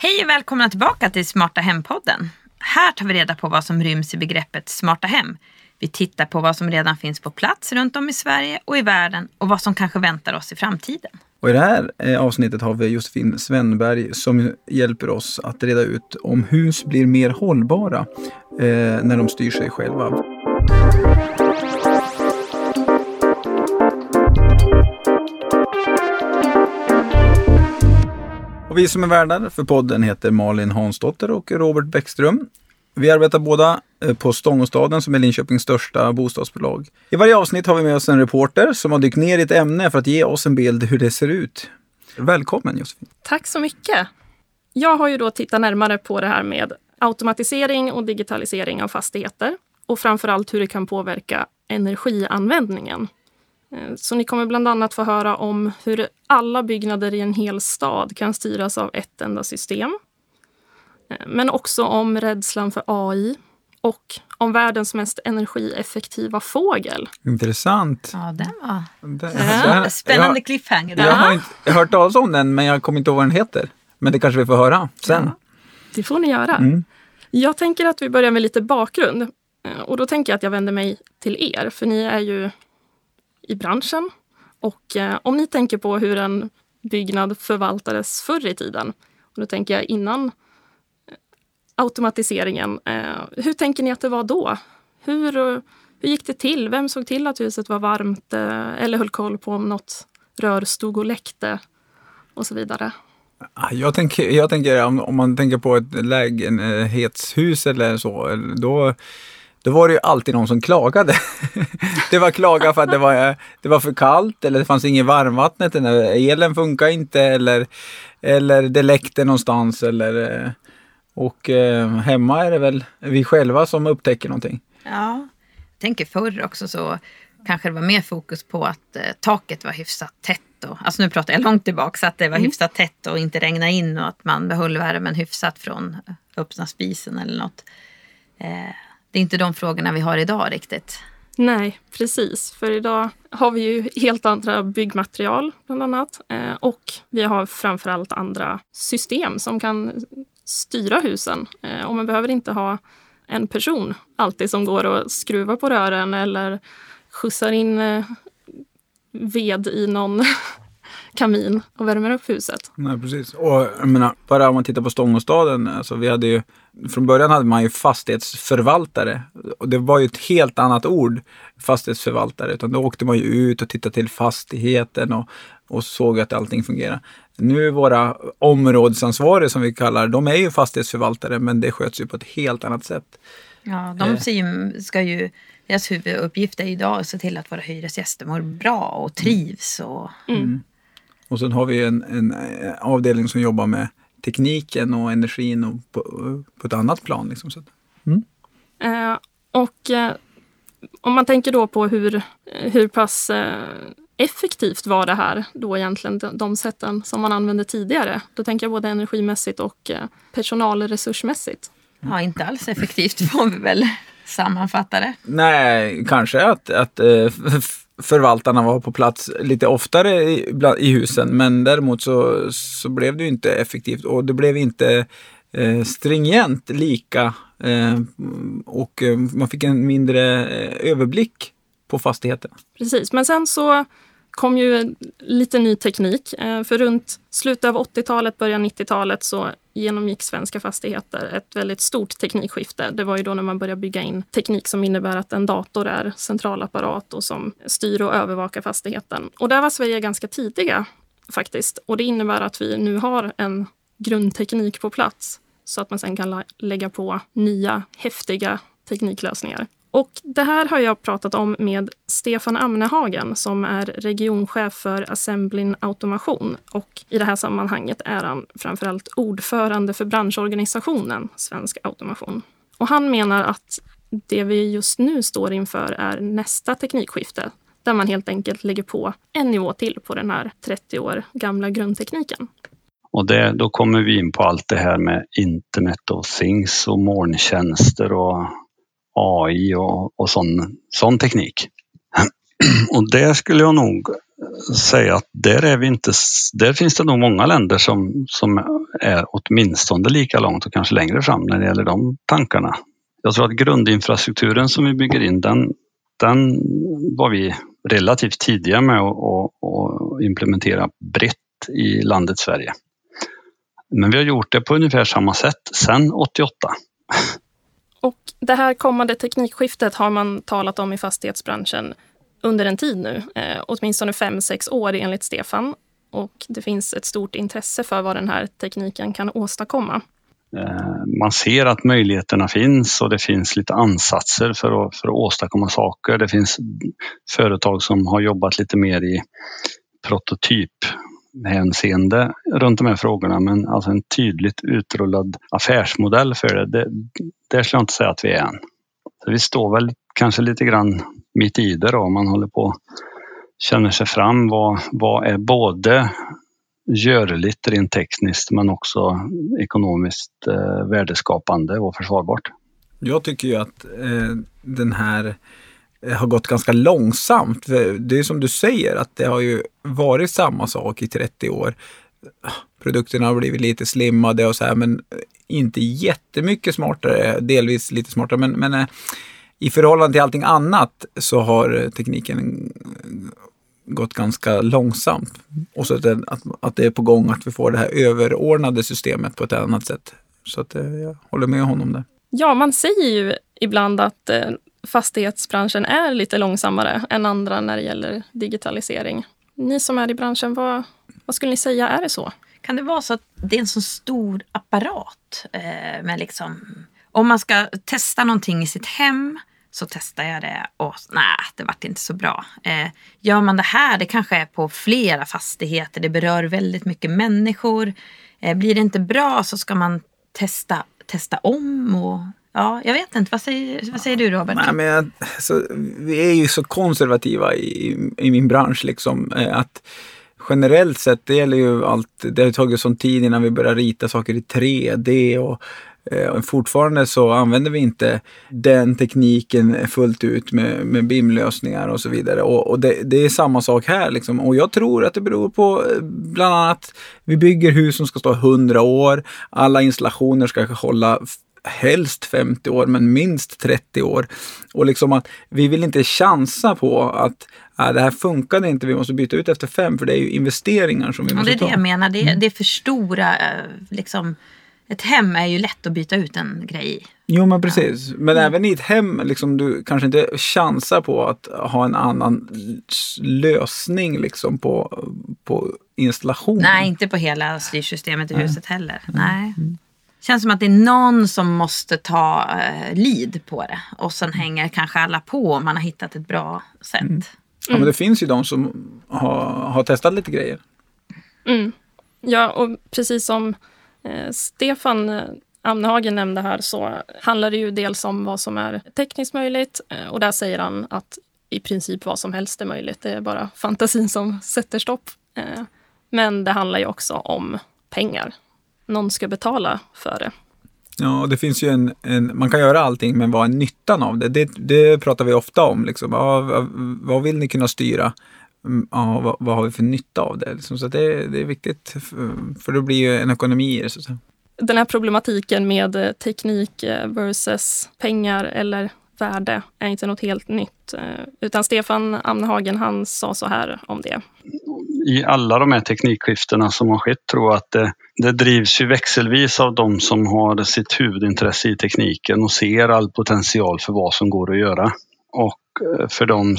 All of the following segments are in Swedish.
Hej och välkomna tillbaka till Smarta Hem-podden. Här tar vi reda på vad som ryms i begreppet smarta hem. Vi tittar på vad som redan finns på plats runt om i Sverige och i världen och vad som kanske väntar oss i framtiden. Och i det här avsnittet har vi Josefin Svenberg som hjälper oss att reda ut om hus blir mer hållbara när de styr sig själva. Och vi som är värdar för podden heter Malin Hansdotter och Robert Bäckström. Vi arbetar båda på Stångåstaden som är Linköpings största bostadsbolag. I varje avsnitt har vi med oss en reporter som har dykt ner i ett ämne för att ge oss en bild hur det ser ut. Välkommen Josefin. Tack så mycket. Jag har ju då tittat närmare på det här med automatisering och digitalisering av fastigheter och framförallt hur det kan påverka energianvändningen. Så ni kommer bland annat få höra om hur alla byggnader i en hel stad kan styras av ett enda system. Men också om rädslan för AI och om världens mest energieffektiva fågel. Intressant. Ja, den var spännande cliffhanger. Jag har inte hört talas om den, men jag kommer inte ihåg vad den heter. Men det kanske vi får höra sen. Ja, det får ni göra. Jag tänker att vi börjar med lite bakgrund. Och då tänker jag att jag vänder mig till er, för ni är ju i branschen. Och om ni tänker på hur en byggnad förvaltades förr i tiden, och då tänker jag innan automatiseringen, hur tänker ni att det var då? Hur gick det till? Vem såg till att huset var varmt eller höll koll på om något rör stod och läckte och så vidare? Jag tänker om man tänker på ett lägenhetshus eller så, då var det ju alltid någon som klagade. Det var klaga för att det var för kallt eller det fanns inget varmvattnet, elen funkar inte eller det läckte någonstans och hemma är det väl vi själva som upptäcker någonting. Ja, jag tänker förr också så kanske det var mer fokus på att taket var hyfsat tätt. Alltså nu pratar jag långt tillbaka så att det var hyfsat tätt och inte regna in och att man behöll värmen hyfsat från öppna spisen eller något. Det är inte de frågorna vi har idag riktigt. Nej, precis. För idag har vi ju helt andra byggmaterial bland annat. Och vi har framförallt andra system som kan styra husen. Och man behöver inte ha en person alltid som går och skruvar på rören eller skjutsar in ved i någon kamin och värmer upp huset. Nej, precis. Och jag menar, bara om man tittar på Stångåstaden, alltså från början hade man ju fastighetsförvaltare. Och det var ju ett helt annat ord, fastighetsförvaltare. Utan då åkte man ju ut och tittade till fastigheten och såg att allting fungerar. Nu är våra områdesansvariga som vi kallar, de är ju fastighetsförvaltare, men det sköts ju på ett helt annat sätt. Ja, deras huvuduppgift är idag att se till att våra hyresgäster mår bra och trivs. Och sen har vi en avdelning som jobbar med tekniken och energin och på ett annat plan. Liksom. Om man tänker då på hur pass effektivt var det här då egentligen, de sätten som man använde tidigare. Då tänker jag både energimässigt och personalresursmässigt. Ja, inte alls effektivt får vi väl sammanfatta det. Nej, kanske att förvaltarna var på plats lite oftare i husen, men däremot så blev det ju inte effektivt och det blev inte stringent lika och man fick en mindre överblick på fastigheterna. Precis, men sen så kom ju lite ny teknik. För runt slutet av 80-talet, början 90-talet så genomgick svenska fastigheter ett väldigt stort teknikskifte. Det var ju då när man började bygga in teknik som innebär att en dator är centralapparat och som styr och övervakar fastigheten. Och där var Sverige ganska tidiga faktiskt. Och det innebär att vi nu har en grundteknik på plats så att man sen kan lägga på nya häftiga tekniklösningar. Och det här har jag pratat om med Stefan Amnehagen som är regionchef för Assemblin Automation. Och i det här sammanhanget är han framförallt ordförande för branschorganisationen Svensk Automation. Och han menar att det vi just nu står inför är nästa teknikskifte. Där man helt enkelt lägger på en nivå till på den här 30 år gamla grundtekniken. Och då kommer vi in på allt det här med internet och things och molntjänster och AI och sån teknik. Och det skulle jag nog säga att där finns det nog många länder som är åtminstone lika långt och kanske längre fram när det gäller de tankarna. Jag tror att grundinfrastrukturen som vi bygger in, den var vi relativt tidiga med att implementera brett i landet Sverige. Men vi har gjort det på ungefär samma sätt sedan 88. Och det här kommande teknikskiftet har man talat om i fastighetsbranschen under en tid nu, åtminstone 5-6 år enligt Stefan. Och det finns ett stort intresse för vad den här tekniken kan åstadkomma. Man ser att möjligheterna finns och det finns lite ansatser för att åstadkomma saker. Det finns företag som har jobbat lite mer i prototyphänseende runt de här frågorna, men alltså en tydligt utrullad affärsmodell för det. Där skulle jag inte säga att vi är än. Så vi står väl kanske lite grann mitt i det då. Man håller på känner sig fram vad är både görligt rent tekniskt men också ekonomiskt värdeskapande och försvarbart. Jag tycker ju att den här har gått ganska långsamt. Det är som du säger att det har ju varit samma sak i 30 år. Produkterna har blivit lite slimmade och så här, men inte jättemycket smartare, delvis lite smartare, men i förhållande till allting annat så har tekniken gått ganska långsamt. Och så att det är på gång att vi får det här överordnade systemet på ett annat sätt. Så att jag håller med honom där. Ja, man säger ju ibland att fastighetsbranschen är lite långsammare än andra när det gäller digitalisering. Ni som är i branschen, vad skulle ni säga, är det så? Kan det vara så att det är en så stor apparat med liksom, om man ska testa någonting i sitt hem så testar jag det och nej, det vart inte så bra. Gör man det här, det kanske är på flera fastigheter, det berör väldigt mycket människor. Blir det inte bra så ska man testa om och ja, jag vet inte. Vad säger du, Robert? Nej, men vi är ju så konservativa i min bransch liksom, att generellt sett det gäller ju allt. Det har tagit sån tid innan vi börjar rita saker i 3D och fortfarande så använder vi inte den tekniken fullt ut med BIM-lösningar och så vidare. Och det är samma sak här liksom. Och jag tror att det beror på bland annat vi bygger hus som ska stå 100 år. Alla installationer ska hålla helst 50 år men minst 30 år. Och liksom att vi vill inte chansa på att det här funkade inte, vi måste byta ut efter 5 för det är ju investeringar som vi måste ta. Och det är det jag menar, det är för stora liksom. Ett hem är ju lätt att byta ut en grej. Jo, men precis. Men även i ett hem, liksom, du kanske inte chansar på att ha en annan lösning liksom, på installationen. Nej, inte på hela styrsystemet i huset heller. Nej. Känns som att det är någon som måste ta lead på det. Och sen hänger kanske alla på om man har hittat ett bra sätt. Ja, men det finns ju de som har testat lite grejer. Ja, och precis som Stefan Amnehagen nämnde här så handlar det ju dels om vad som är tekniskt möjligt och där säger han att i princip vad som helst är möjligt. Det är bara fantasin som sätter stopp. Men det handlar ju också om pengar. Någon ska betala för det. Ja, det finns ju man kan göra allting, men vad är nyttan av det? Det pratar vi ofta om. Liksom. Vad vill ni kunna styra? Ja, vad har vi för nytta av det? Liksom, så det är viktigt, för det blir ju en ekonomi i det. Så. Den här problematiken med teknik versus pengar eller värde är inte något helt nytt. Utan Stefan Amnehagen, han sa så här om det. I alla de här teknikskiftena som har skett tror jag att det drivs ju växelvis av de som har sitt huvudintresse i tekniken och ser all potential för vad som går att göra. Och för de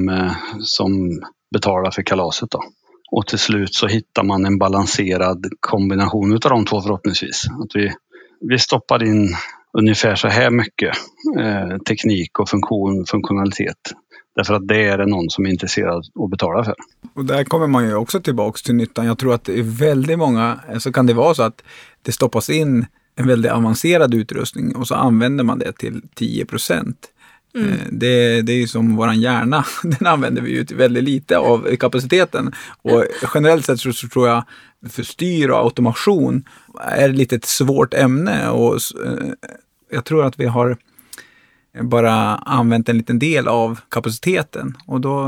som betalar för kalaset då. Och till slut så hittar man en balanserad kombination av de två förhoppningsvis. Att vi stoppar in ungefär så här mycket teknik och funktionalitet. Därför att det är det någon som är intresserad att betala för. Och där kommer man ju också tillbaka till nyttan. Jag tror att det är väldigt många, så kan det vara så att det stoppas in en väldigt avancerad utrustning och så använder man det till 10%. Det är ju som våran hjärna, den använder vi ju till väldigt lite av kapaciteten. Och generellt sett så tror jag för styr och automation är lite ett svårt ämne och jag tror att vi har bara använt en liten del av kapaciteten och då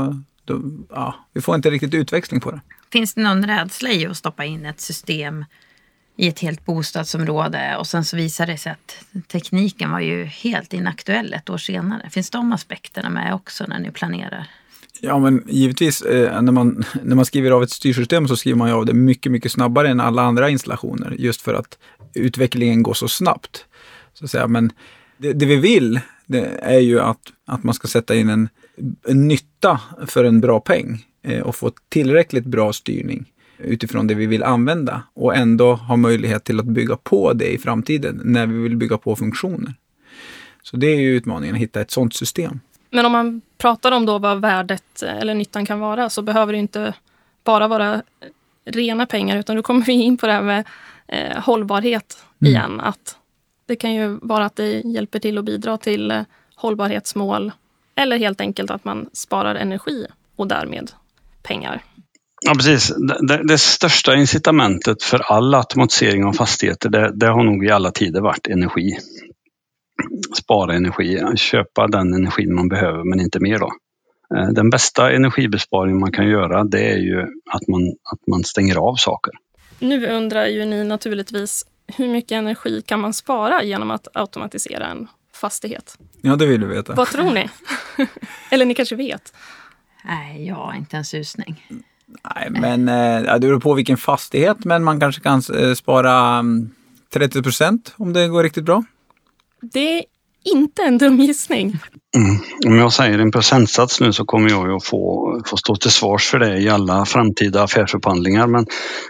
vi får inte riktigt utväxling på det. Finns det någon rädsla i att stoppa in ett system i ett helt bostadsområde och sen så visar det sig att tekniken var ju helt inaktuell ett år senare? Finns de aspekterna med också när ni planerar? Ja, men givetvis när man skriver av ett styrsystem så skriver man ju av det mycket, mycket snabbare än alla andra installationer just för att utvecklingen går så snabbt. Så att säga. Men det vi vill det är ju att man ska sätta in en nytta för en bra peng och få tillräckligt bra styrning utifrån det vi vill använda och ändå ha möjlighet till att bygga på det i framtiden när vi vill bygga på funktioner. Så det är ju utmaningen att hitta ett sådant system. Men om man pratar om då vad värdet eller nyttan kan vara så behöver det inte bara vara rena pengar utan då kommer vi in på det här med hållbarhet igen. Att det kan ju vara att det hjälper till att bidra till hållbarhetsmål eller helt enkelt att man sparar energi och därmed pengar. Ja, precis. Det största incitamentet för all automatisering av fastigheter det har nog i alla tider varit energi. Spara energi, köpa den energin man behöver men inte mer då. Den bästa energibesparingen man kan göra det är ju att man stänger av saker. Nu undrar ju ni naturligtvis hur mycket energi kan man spara genom att automatisera en fastighet? Ja, det vill du veta. Vad tror ni? Eller ni kanske vet? Nej, jag har inte en susning. Nej, men det beror på vilken fastighet, men man kanske kan spara 30% om det går riktigt bra. Det är inte en dum gissning. Om jag säger en procentsats nu så kommer jag ju att få stå till svars för det i alla framtida affärsupphandlingar. Men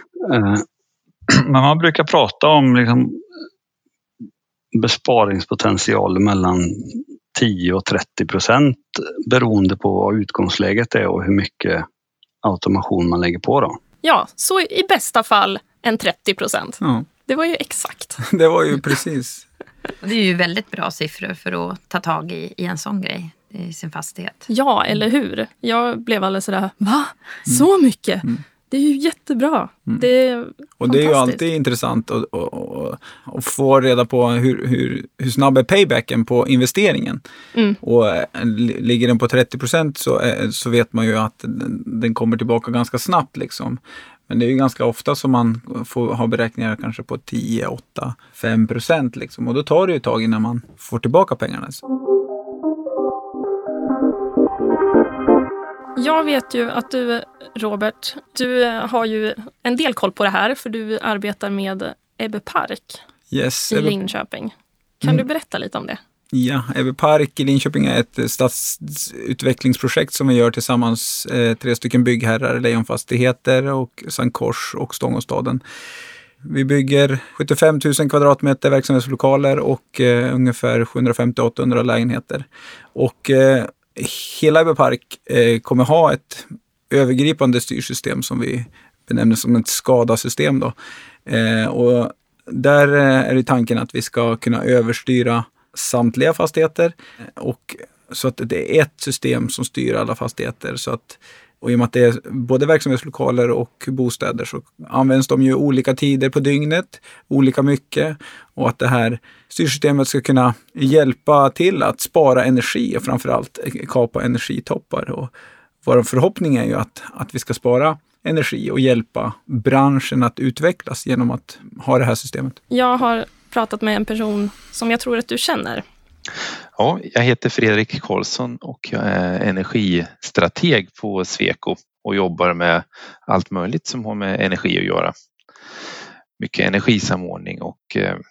man brukar prata om liksom besparingspotential mellan 10 och 30% beroende på vad utgångsläget är och hur mycket automation man lägger på då. Ja, så i bästa fall en 30%. Ja. Det var ju exakt. Det var ju precis. Och det är ju väldigt bra siffror för att ta tag i en sån grej i sin fastighet. Ja, eller hur? Jag blev alldeles sådär, va? Så mycket? Det är ju jättebra. Det är och det är ju alltid intressant att få reda på hur snabb är paybacken på investeringen. Och ligger den på 30% så vet man ju att den kommer tillbaka ganska snabbt liksom. Men det är ju ganska ofta som man får ha beräkningar kanske på 10, 8, 5% liksom. Och då tar det ju ett tag innan man får tillbaka pengarna. Jag vet ju att du, Robert, du har ju en del koll på det här för du arbetar med Ebbe Park i Linköping. Kan du berätta lite om det? Ja, Ebbe Park i Linköping är ett stadsutvecklingsprojekt som vi gör tillsammans 3 stycken byggherrar, Lejonfastigheter och Sankt Kors och Stångåstaden. Vi bygger 75 000 kvadratmeter verksamhetslokaler och ungefär 750-800 lägenheter. Och hela Ebbe Park kommer ha ett övergripande styrsystem som vi benämner som ett skadasystem då. Och där är det tanken att vi ska kunna överstyra samtliga fastigheter och så att det är ett system som styr alla fastigheter så att och i och med att det är både verksamhetslokaler och bostäder så används de ju olika tider på dygnet, olika mycket och att det här styrsystemet ska kunna hjälpa till att spara energi och framförallt kapa energitoppar och vår förhoppning är ju att vi ska spara energi och hjälpa branschen att utvecklas genom att ha det här systemet. Jag har pratat med en person som jag tror att du känner. Ja, jag heter Fredrik Karlsson och jag är energistrateg på Sweco och jobbar med allt möjligt som har med energi att göra. Mycket energisamordning och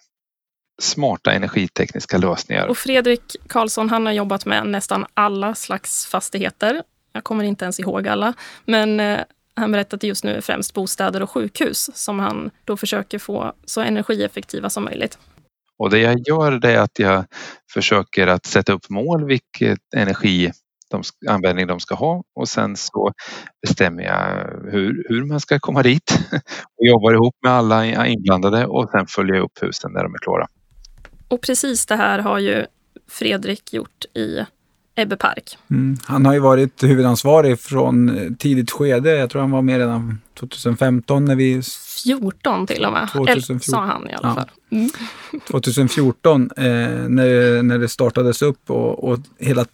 smarta energitekniska lösningar. Och Fredrik Karlsson, han har jobbat med nästan alla slags fastigheter. Jag kommer inte ens ihåg alla, men han berättade att just nu är främst bostäder och sjukhus som han då försöker få så energieffektiva som möjligt. Och det jag gör det är att jag försöker att sätta upp mål vilket användning de ska ha och sen så bestämmer jag hur man ska komma dit och jobbar ihop med alla inblandade och sen följer jag upp husen när de är klara. Och precis det här har ju Fredrik gjort i Ebbe Park. Han har ju varit huvudansvarig från tidigt skede. Jag tror han var med redan 2015 när vi... 14 till och med. 2014. Sa han i alla fall. 2014 när det startades upp och hela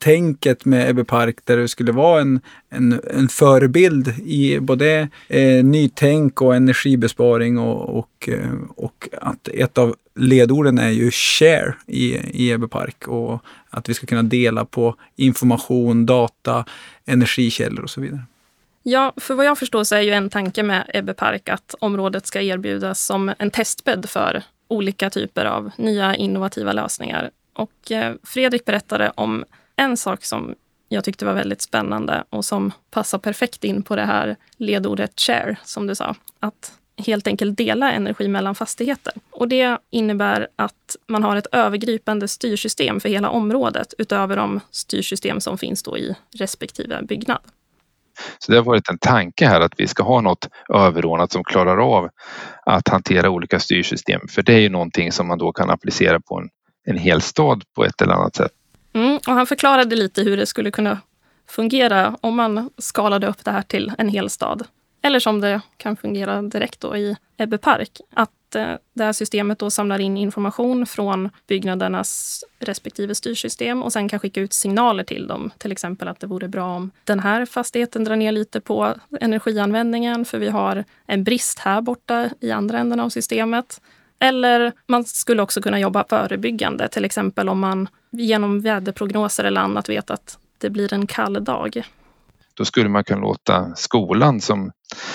tänket med Ebbe Park där det skulle vara en förebild i både nytänk och energibesparing och att ett av ledorden är ju share i Ebbe Park och att vi ska kunna dela på information, data, energikällor och så vidare. Ja, för vad jag förstår så är ju en tanke med Ebbe Park att området ska erbjudas som en testbädd för olika typer av nya innovativa lösningar. Och Fredrik berättade om en sak som jag tyckte var väldigt spännande och som passar perfekt in på det här ledordet share, som du sa. Att helt enkelt dela energi mellan fastigheter. Och det innebär att man har ett övergripande styrsystem för hela området utöver de styrsystem som finns då i respektive byggnad. Så det har varit en tanke här att vi ska ha något överordnat som klarar av att hantera olika styrsystem. För det är ju någonting som man då kan applicera på en hel stad på ett eller annat sätt. Och han förklarade lite hur det skulle kunna fungera om man skalade upp det här till en hel stad. Eller som det kan fungera direkt då i Ebbe Park. Att det här systemet då samlar in information från byggnadernas respektive styrsystem och sen kan skicka ut signaler till dem. Till exempel att det vore bra om den här fastigheten drar ner lite på energianvändningen för vi har en brist här borta i andra änden av systemet. Eller man skulle också kunna jobba förebyggande, till exempel om man genom väderprognoser eller annat vet att det blir en kall dag. Då skulle man kunna låta skolan som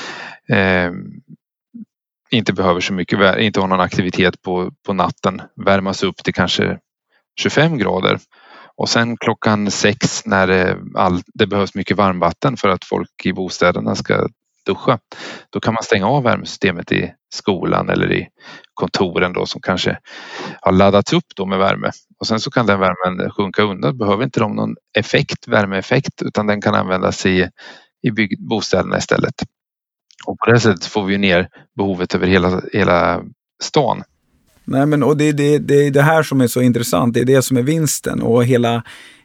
inte behöver så mycket, inte har någon aktivitet på natten, värmas upp till kanske 25 grader. Och sen klockan 6 när det behövs mycket varmvatten för att folk i bostäderna ska duscha, då kan man stänga av värmesystemet i skolan eller i kontoren då som kanske har laddats upp då med värme. Och sen så kan den värmen sjunka undan. Behöver inte de någon värmeeffekt, utan den kan användas i bostäderna istället. Och på det sättet får vi ner behovet över hela stan. Nej, men och det är det här som är så intressant. Det är det som är vinsten och hela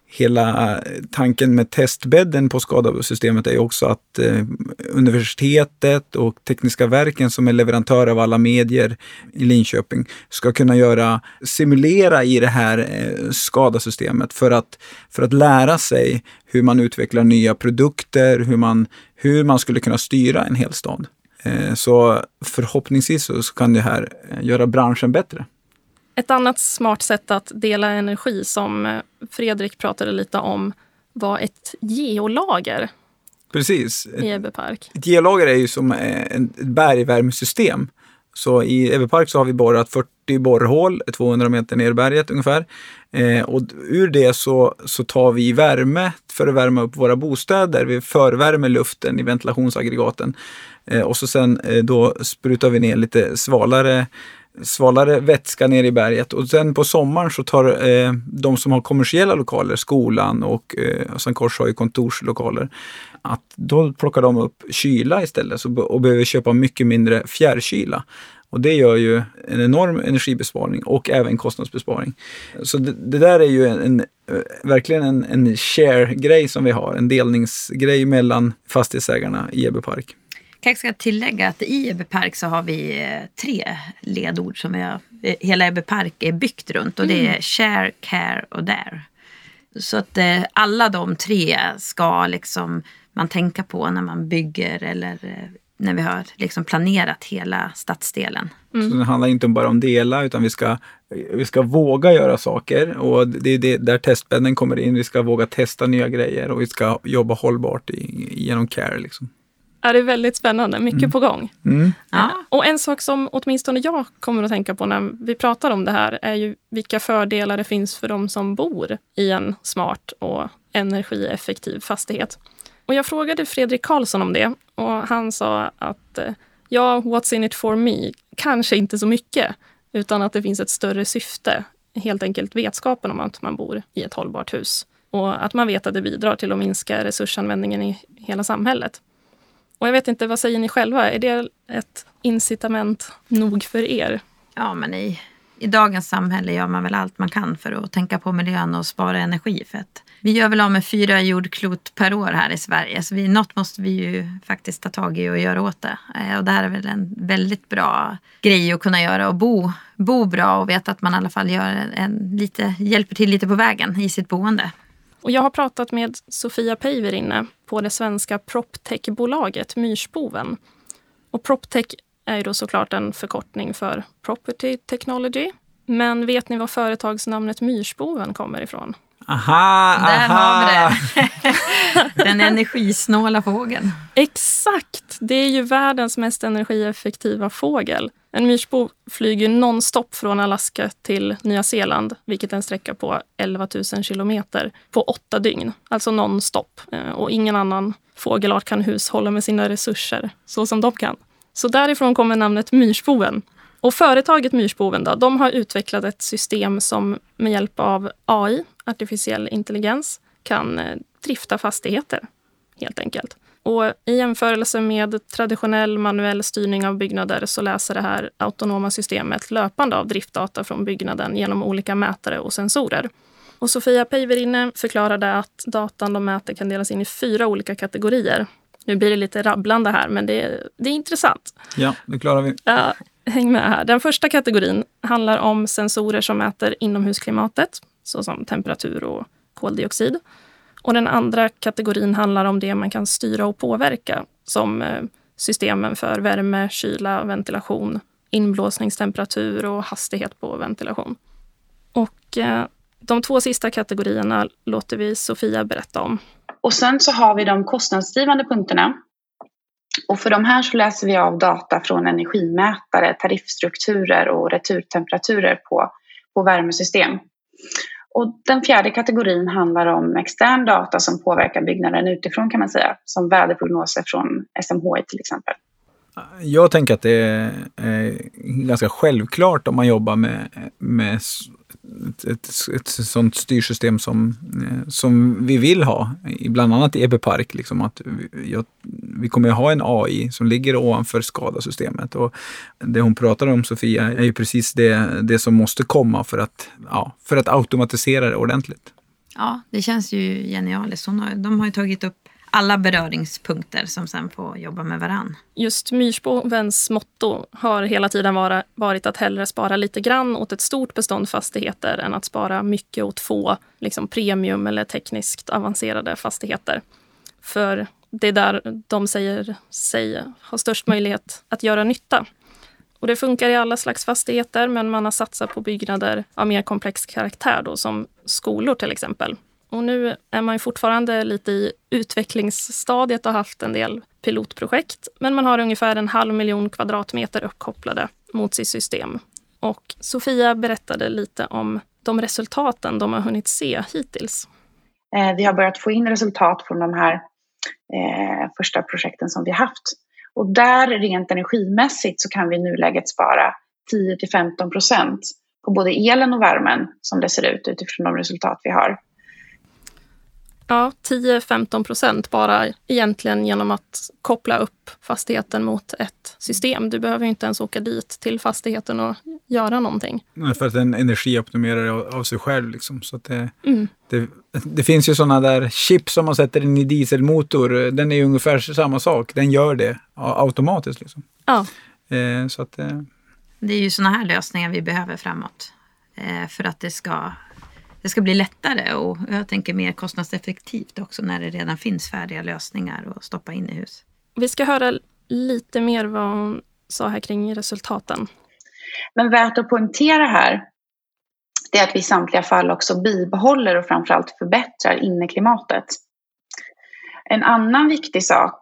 tanken med testbädden på SCADA-systemet är också att universitetet och tekniska verken som är leverantör av alla medier i Linköping ska kunna simulera i det här SCADA-systemet för att lära sig hur man utvecklar nya produkter, hur man skulle kunna styra en hel stad. Så förhoppningsvis så kan det här göra branschen bättre. Ett annat smart sätt att dela energi som Fredrik pratade lite om var ett geolager. Precis. I Ebbe Park. Ett geolager är ju som ett bergvärmesystem. Så i Ebbe Park så har vi borrat 40 borrhål, 200 meter ner i berget ungefär. Och ur det så tar vi värme för att värma upp våra bostäder. Vi förvärmer luften i ventilationsaggregaten. Och så sen då sprutar vi ner lite svalare vätska ner i berget. Och sen på sommaren så tar de som har kommersiella lokaler, skolan och sen Kors har ju kontorslokaler, att då plockar de upp kyla istället och behöver köpa mycket mindre fjärrkyla. Och det gör ju en enorm energibesparing och även kostnadsbesparing. Så det där är ju verkligen en share-grej som vi har, en delningsgrej mellan fastighetsägarna i Ebbe Park. Jag ska tillägga att i Ebbe Park så har vi 3 ledord som hela Ebbe Park är byggt runt. Och det är share, care och dare. Så att alla de 3 ska liksom man tänka på när man bygger eller när vi har liksom planerat hela stadsdelen. Så det handlar inte bara om dela utan vi ska våga göra saker. Och det är det där testbädden kommer in. Vi ska våga testa nya grejer och vi ska jobba hållbart genom care liksom. Är det väldigt spännande, mycket på gång. Ja. Och en sak som åtminstone jag kommer att tänka på när vi pratar om det här är ju vilka fördelar det finns för de som bor i en smart och energieffektiv fastighet. Och jag frågade Fredrik Karlsson om det och han sa att what's in it for me? Kanske inte så mycket utan att det finns ett större syfte. Helt enkelt vetskapen om att man bor i ett hållbart hus och att man vet att det bidrar till att minska resursanvändningen i hela samhället. Och jag vet inte, vad säger ni själva? Är det ett incitament nog för er? Ja, men i dagens samhälle gör man väl allt man kan för att tänka på miljön och spara energi. För att vi gör väl av med 4 jordklot per år här i Sverige. Så något måste vi ju faktiskt ta tag i och göra åt det. Och det här är väl en väldigt bra grej att kunna göra. Och bo bra och veta att man i alla fall hjälper till lite på vägen i sitt boende. Och jag har pratat med Sofia Päivärinne på det svenska PropTech-bolaget Myrsboven. Och PropTech är ju då såklart en förkortning för Property Technology. Men vet ni var företagsnamnet Myrsboven kommer ifrån? Aha! Där har vi det. Den energisnåla fågeln. Exakt! Det är ju världens mest energieffektiva fågel. En myrsbo flyger nonstop från Alaska till Nya Zeeland, vilket är en sträcka på 11 000 kilometer på 8 dygn. Alltså nonstop. Och ingen annan fågelart kan hushålla med sina resurser så som de kan. Så därifrån kommer namnet Myrsboven. Och företaget Myrsboven då, de har utvecklat ett system som med hjälp av AI, artificiell intelligens, kan drifta fastigheter helt enkelt. Och i jämförelse med traditionell manuell styrning av byggnader så läser det här autonoma systemet löpande av driftdata från byggnaden genom olika mätare och sensorer. Och Sofia Päivärinne förklarade att datan de mäter kan delas in i 4 olika kategorier. Nu blir det lite rabblande här, men det är intressant. Ja, det klarar vi. Ja, häng med här. Den första kategorin handlar om sensorer som mäter inomhusklimatet, såsom temperatur och koldioxid. Och den andra kategorin handlar om det man kan styra och påverka, som systemen för värme, kyla, ventilation, inblåsningstemperatur och hastighet på ventilation. Och de 2 sista kategorierna låter vi Sofia berätta om. Och sen så har vi de kostnadsdrivande punkterna. Och för de här så läser vi av data från energimätare, tariffstrukturer och returtemperaturer på värmesystem. Och den 4:e kategorin handlar om extern data som påverkar byggnaden utifrån kan man säga. Som väderprognoser från SMHI till exempel. Jag tänker att det är ganska självklart om man jobbar med ett sånt styrsystem som vi vill ha, bland annat i Ebbe Park. Liksom, att vi kommer att ha en AI som ligger ovanför SCADA-systemet. Och det hon pratar om, Sofia, är ju precis det som måste komma för att automatisera det ordentligt. Ja, det känns ju genialiskt. De har ju tagit upp alla beröringspunkter som sen får jobba med varann. Just Myrsbovens motto har hela tiden varit att hellre spara lite grann åt ett stort bestånd fastigheter än att spara mycket åt få premium eller tekniskt avancerade fastigheter. För det är där de säger sig ha störst möjlighet att göra nytta. Och det funkar i alla slags fastigheter, men man har satsat på byggnader av mer komplex karaktär då, som skolor till exempel. Och nu är man ju fortfarande lite i utvecklingsstadiet och har haft en del pilotprojekt. Men man har ungefär 500 000 kvadratmeter uppkopplade mot sitt system. Och Sofia berättade lite om de resultaten de har hunnit se hittills. Vi har börjat få in resultat från de här första projekten som vi har haft. Och där rent energimässigt så kan vi i nuläget spara 10-15% på både elen och värmen som det ser ut utifrån de resultat vi har. Ja, 10-15% bara egentligen genom att koppla upp fastigheten mot ett system. Du behöver inte ens åka dit till fastigheten och göra någonting. Nej, för att den energioptimerar av sig själv. Liksom. Så att det finns ju sådana där chips som man sätter in i dieselmotor. Den är ju ungefär samma sak. Den gör det automatiskt. Liksom. Ja. Så att, det är ju sådana här lösningar vi behöver framåt. För att det ska bli lättare och jag tänker mer kostnadseffektivt också när det redan finns färdiga lösningar att stoppa in i hus. Vi ska höra lite mer vad hon sa här kring resultaten. Men värt att poängtera här det är att vi i samtliga fall också bibehåller och framförallt förbättrar inneklimatet. En annan viktig sak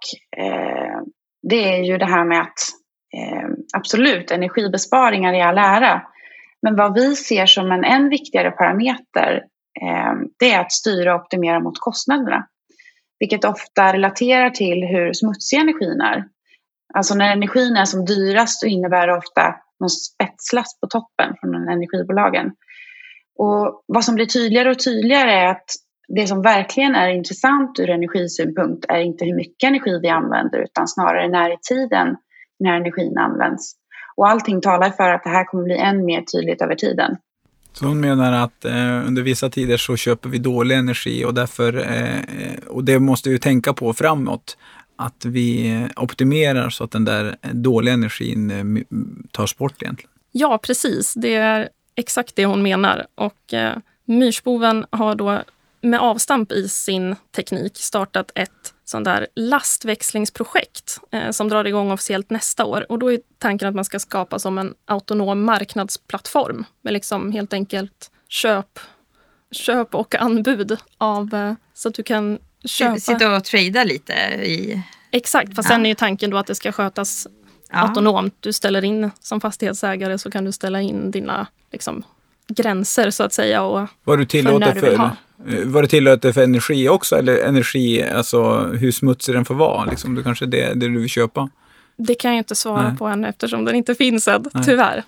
det är ju det här med att absolut energibesparingar i all ära. Men vad vi ser som en än viktigare parameter det är att styra och optimera mot kostnaderna. Vilket ofta relaterar till hur smutsig energin är. Alltså när energin är som dyrast så innebär det ofta någon spetslast på toppen från energibolagen. Och vad som blir tydligare och tydligare är att det som verkligen är intressant ur energisynpunkt är inte hur mycket energi vi använder utan snarare när i tiden när energin används. Och allting talar för att det här kommer bli än mer tydligt över tiden. Så hon menar att under vissa tider så köper vi dålig energi och därför, och det måste vi ju tänka på framåt, att vi optimerar så att den där dåliga energin tas bort egentligen. Ja, precis. Det är exakt det hon menar. Och Myrsboven har då med avstamp i sin teknik startat ett sånt där lastväxlingsprojekt som drar igång officiellt nästa år. Och då är tanken att man ska skapa som en autonom marknadsplattform med liksom helt enkelt köp och anbud av så att du kan köpa. Sitta och trada lite i... Exakt, fast sen är ju tanken då att det ska skötas autonomt. Du ställer in som fastighetsägare så kan du ställa in dina liksom, gränser så att säga. Och Vad du tillåter för energi också? Eller energi, alltså hur smutsig den får vara? Liksom, det kanske är det du vill köpa? Det kan jag inte svara på än eftersom den inte finns än, tyvärr.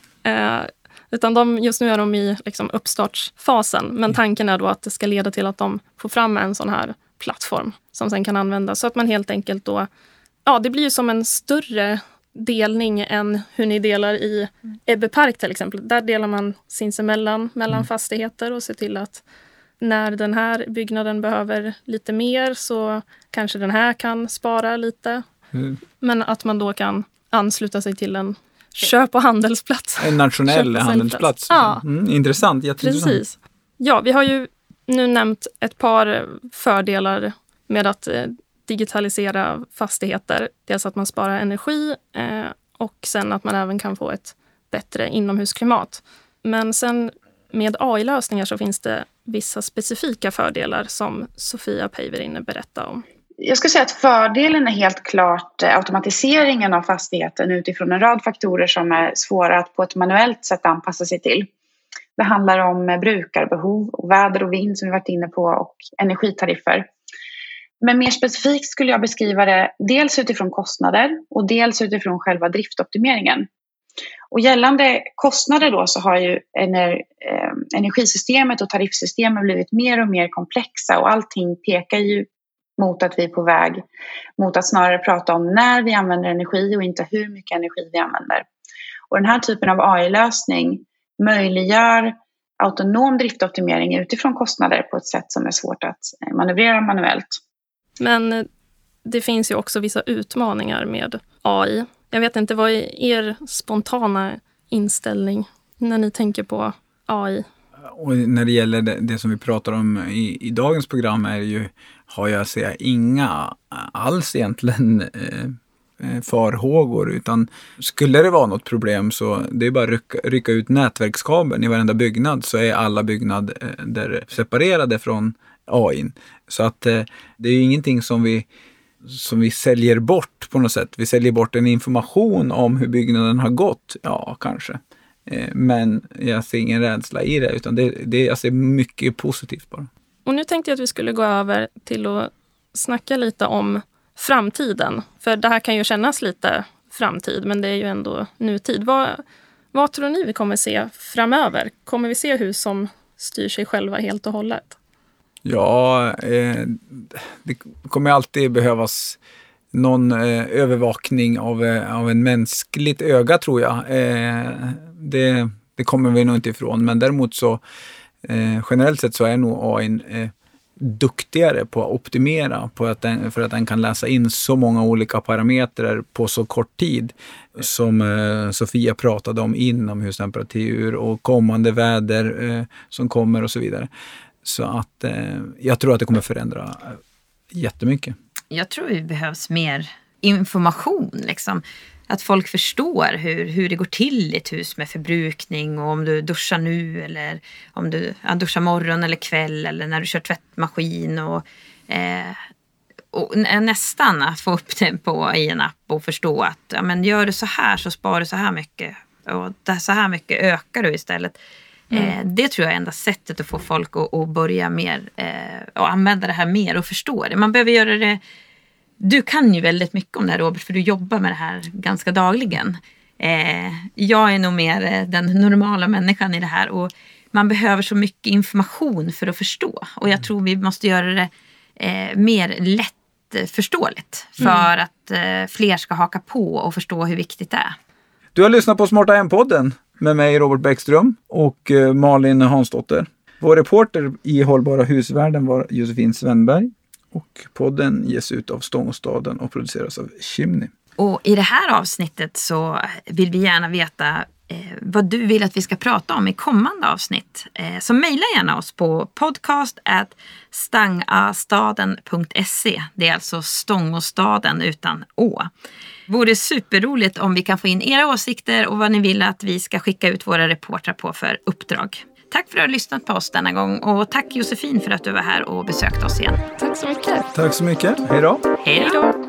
Utan just nu är de i liksom, uppstartsfasen. Men tanken är då att det ska leda till att de får fram en sån här plattform som sen kan användas. Så att man helt enkelt då... Ja, det blir ju som en större delning än hur ni delar i Ebbe Park till exempel. Där delar man sinsemellan mellan fastigheter och ser till att när den här byggnaden behöver lite mer så kanske den här kan spara lite. Men att man då kan ansluta sig till en köp- och handelsplats. En nationell handelsplats. Ja. Intressant, jätteintressant. Precis. Ja, vi har ju nu nämnt ett par fördelar med att digitalisera fastigheter. Dels att man sparar energi och sen att man även kan få ett bättre inomhusklimat. Men sen med AI-lösningar så finns det vissa specifika fördelar som Sofia Päivärinne berättade om. Jag skulle säga att fördelen är helt klart automatiseringen av fastigheten utifrån en rad faktorer som är svåra att på ett manuellt sätt anpassa sig till. Det handlar om brukarbehov, och väder och vind som vi varit inne på och energitariffer. Men mer specifikt skulle jag beskriva det dels utifrån kostnader och dels utifrån själva driftoptimeringen. Och gällande kostnader då så har ju energisystemet och tariffsystemet blivit mer och mer komplexa och allting pekar ju mot att vi är på väg mot att snarare prata om när vi använder energi och inte hur mycket energi vi använder. Och den här typen av AI-lösning möjliggör autonom driftoptimering utifrån kostnader på ett sätt som är svårt att manövrera manuellt. Men det finns ju också vissa utmaningar med AI. Jag vet inte, vad är er spontana inställning när ni tänker på AI? Och när det gäller det som vi pratar om i dagens program är ju, har jag inga alls egentligen farhågor, utan skulle det vara något problem så det är bara rycka ut nätverkskabeln i varenda byggnad så är alla byggnader separerade från AI. Så att det är ju ingenting som vi säljer bort på något sätt. Vi säljer bort en information om hur byggnaden har gått. Ja, kanske. Men jag ser ingen rädsla i det, utan jag ser mycket positivt bara. Och nu tänkte jag att vi skulle gå över till att snacka lite om framtiden. För det här kan ju kännas lite framtid, men det är ju ändå nutid. Vad tror ni vi kommer se framöver? Kommer vi se hus som styr sig själva helt och hållet? Ja, det kommer alltid behövas någon övervakning av en mänskligt öga, tror jag. Det kommer vi nog inte ifrån. Men däremot så generellt sett så är nog AI duktigare på att optimera för att den kan läsa in så många olika parametrar på så kort tid som Sofia pratade om, inomhustemperatur och kommande väder som kommer och så vidare. Så att jag tror att det kommer förändra jättemycket. Jag tror det behövs mer information liksom. Att folk förstår hur det går till i ett hus med förbrukning och om du duschar nu eller om du duschar morgon eller kväll eller när du kör tvättmaskin och nästan att få upp det i en app och förstå att ja, men gör du så här så sparar du så här mycket och så här mycket ökar du istället. Det tror jag är enda sättet att få folk att börja mer och använda det här mer och förstå det. Man behöver göra det. Du kan ju väldigt mycket om det här, Robert, för du jobbar med det här ganska dagligen. Jag är nog mer den normala människan i det här och man behöver så mycket information för att förstå. Och jag tror vi måste göra det mer lättförståeligt för att fler ska haka på och förstå hur viktigt det är. Du har lyssnat på Smarta Hem-podden med mig, Robert Bäckström, och Malin Hansdotter. Vår reporter i Hållbara husvärlden var Josefin Svenberg. Och podden ges ut av Stångåstaden och produceras av Chimney. Och i det här avsnittet så vill vi gärna veta vad du vill att vi ska prata om i kommande avsnitt. Så mejla gärna oss på podcast@stangastaden.se. Det är alltså Stångåstaden utan å. Det vore superroligt om vi kan få in era åsikter och vad ni vill att vi ska skicka ut våra reportrar på för uppdrag. Tack för att du har lyssnat på oss denna gång och tack Josefin för att du var här och besökte oss igen. Tack så mycket. Tack så mycket. Hej då. Hej då.